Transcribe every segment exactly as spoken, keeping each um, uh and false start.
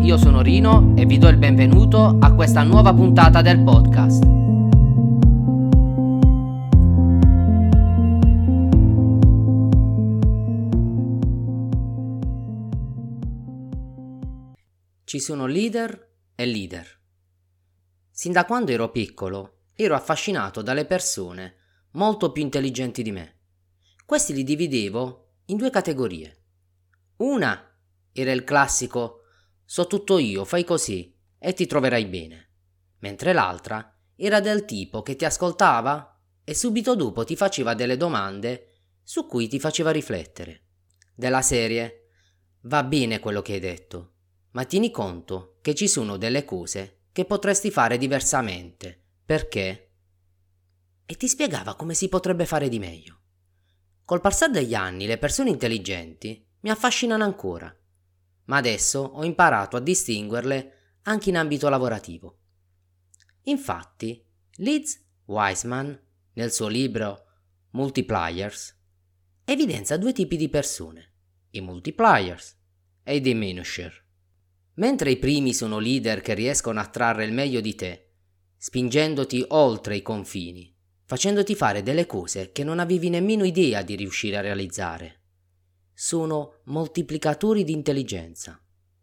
io sono Rino e vi do il benvenuto a questa nuova puntata del podcast. Ci sono leader e leader. Sin da quando ero piccolo ero affascinato dalle persone molto più intelligenti di me. Questi li dividevo in due categorie. Una era il classico "so tutto io, fai così e ti troverai bene", mentre l'altra era del tipo che ti ascoltava e subito dopo ti faceva delle domande su cui ti faceva riflettere. Della serie: va bene quello che hai detto, ma tieni conto che ci sono delle cose che potresti fare diversamente, perché? E ti spiegava come si potrebbe fare di meglio. Col passare degli anni le persone intelligenti mi affascinano ancora, ma adesso ho imparato a distinguerle anche in ambito lavorativo. Infatti, Liz Wiseman, nel suo libro Multipliers, evidenzia due tipi di persone, i multipliers e i diminisher. Mentre i primi sono leader che riescono a trarre il meglio di te, spingendoti oltre i confini, facendoti fare delle cose che non avevi nemmeno idea di riuscire a realizzare. Sono moltiplicatori di intelligenza.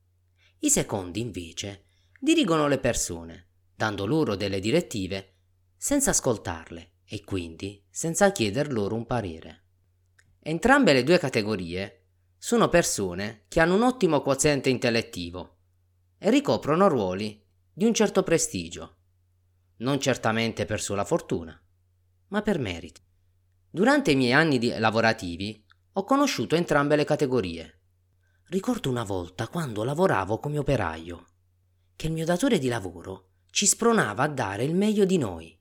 I secondi, invece, dirigono le persone, dando loro delle direttive senza ascoltarle e quindi senza chieder loro un parere. Entrambe le due categorie sono persone che hanno un ottimo quoziente intellettivo e ricoprono ruoli di un certo prestigio, non certamente per sola fortuna, ma per meriti. Durante i miei anni di- lavorativi ho conosciuto entrambe le categorie. Ricordo una volta quando lavoravo come operaio, che il mio datore di lavoro ci spronava a dare il meglio di noi.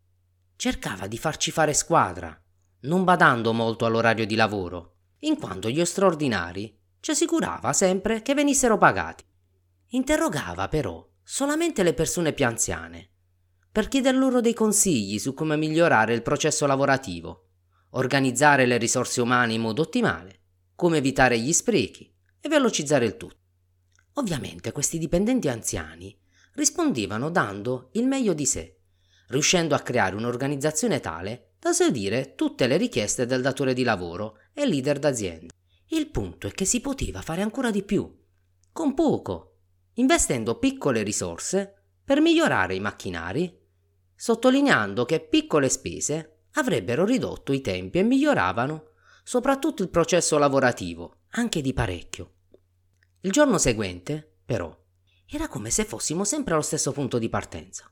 Cercava di farci fare squadra, non badando molto all'orario di lavoro, in quanto gli straordinari ci assicurava sempre che venissero pagati. Interrogava però solamente le persone più anziane, per chieder loro dei consigli su come migliorare il processo lavorativo, organizzare le risorse umane in modo ottimale, come evitare gli sprechi e velocizzare il tutto. Ovviamente questi dipendenti anziani rispondevano dando il meglio di sé, riuscendo a creare un'organizzazione tale da esaudire tutte le richieste del datore di lavoro e leader d'azienda. Il punto è che si poteva fare ancora di più, con poco, investendo piccole risorse per migliorare i macchinari, sottolineando che piccole spese avrebbero ridotto i tempi e miglioravano soprattutto il processo lavorativo, anche di parecchio. Il giorno seguente, però, era come se fossimo sempre allo stesso punto di partenza.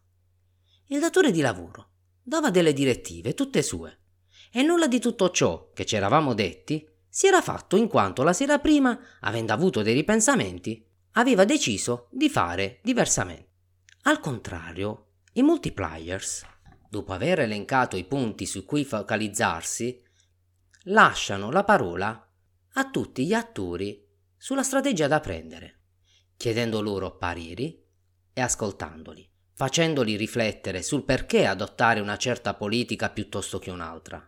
Il datore di lavoro dava delle direttive tutte sue e nulla di tutto ciò che ci eravamo detti si era fatto, in quanto la sera prima, avendo avuto dei ripensamenti, aveva deciso di fare diversamente. Al contrario, i multipliers, dopo aver elencato i punti su cui focalizzarsi, lasciano la parola a tutti gli attori sulla strategia da prendere, chiedendo loro pareri e ascoltandoli, facendoli riflettere sul perché adottare una certa politica piuttosto che un'altra.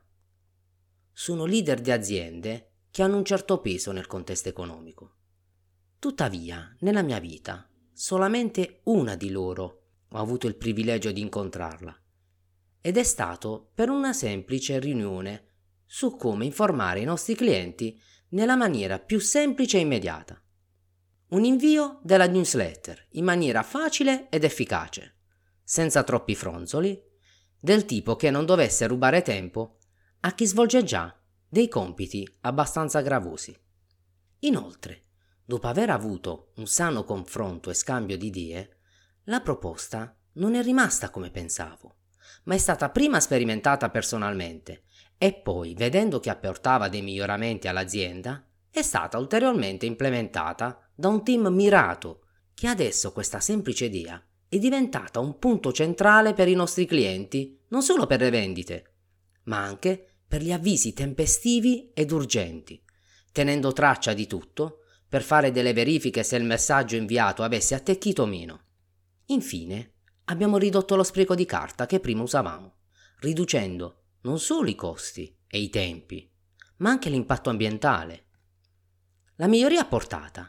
Sono leader di aziende che hanno un certo peso nel contesto economico. Tuttavia, nella mia vita, solamente una di loro ho avuto il privilegio di incontrarla, ed è stato per una semplice riunione su come informare i nostri clienti nella maniera più semplice e immediata. Un invio della newsletter in maniera facile ed efficace, senza troppi fronzoli, del tipo che non dovesse rubare tempo a chi svolge già dei compiti abbastanza gravosi. Inoltre, dopo aver avuto un sano confronto e scambio di idee, la proposta non è rimasta come pensavo, ma è stata prima sperimentata personalmente e poi, vedendo che apportava dei miglioramenti all'azienda, è stata ulteriormente implementata da un team mirato che adesso questa semplice idea è diventata un punto centrale per i nostri clienti, non solo per le vendite, ma anche per gli avvisi tempestivi ed urgenti, tenendo traccia di tutto per fare delle verifiche se il messaggio inviato avesse attecchito o meno. Infine, abbiamo ridotto lo spreco di carta che prima usavamo, riducendo non solo i costi e i tempi, ma anche l'impatto ambientale. La miglioria apportata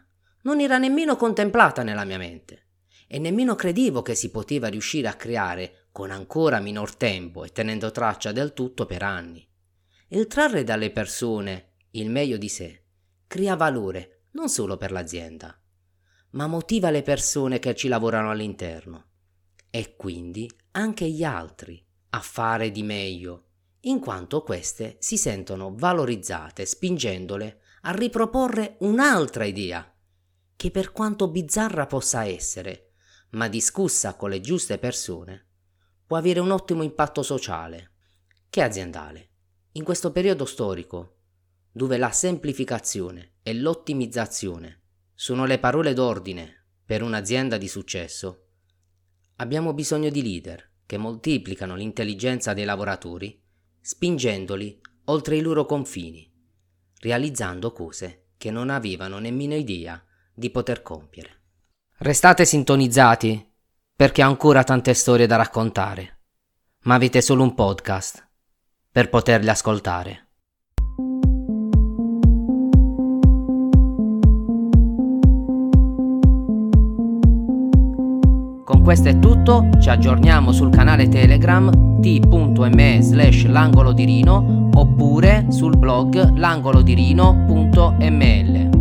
non era nemmeno contemplata nella mia mente e nemmeno credevo che si poteva riuscire a creare con ancora minor tempo e tenendo traccia del tutto per anni. Il trarre dalle persone il meglio di sé crea valore non solo per l'azienda, ma motiva le persone che ci lavorano all'interno e quindi anche gli altri a fare di meglio, in quanto queste si sentono valorizzate, spingendole a riproporre un'altra idea che, per quanto bizzarra possa essere, ma discussa con le giuste persone, può avere un ottimo impatto sociale che aziendale. In questo periodo storico, dove la semplificazione e l'ottimizzazione sono le parole d'ordine per un'azienda di successo, abbiamo bisogno di leader che moltiplicano l'intelligenza dei lavoratori, spingendoli oltre i loro confini, realizzando cose che non avevano nemmeno idea di poter compiere. Restate sintonizzati perché ho ancora tante storie da raccontare, ma avete solo un podcast per poterle ascoltare. Con questo è tutto, ci aggiorniamo sul canale Telegram t.me slash l'angolo di Rino oppure sul blog langolodirino punto emme elle.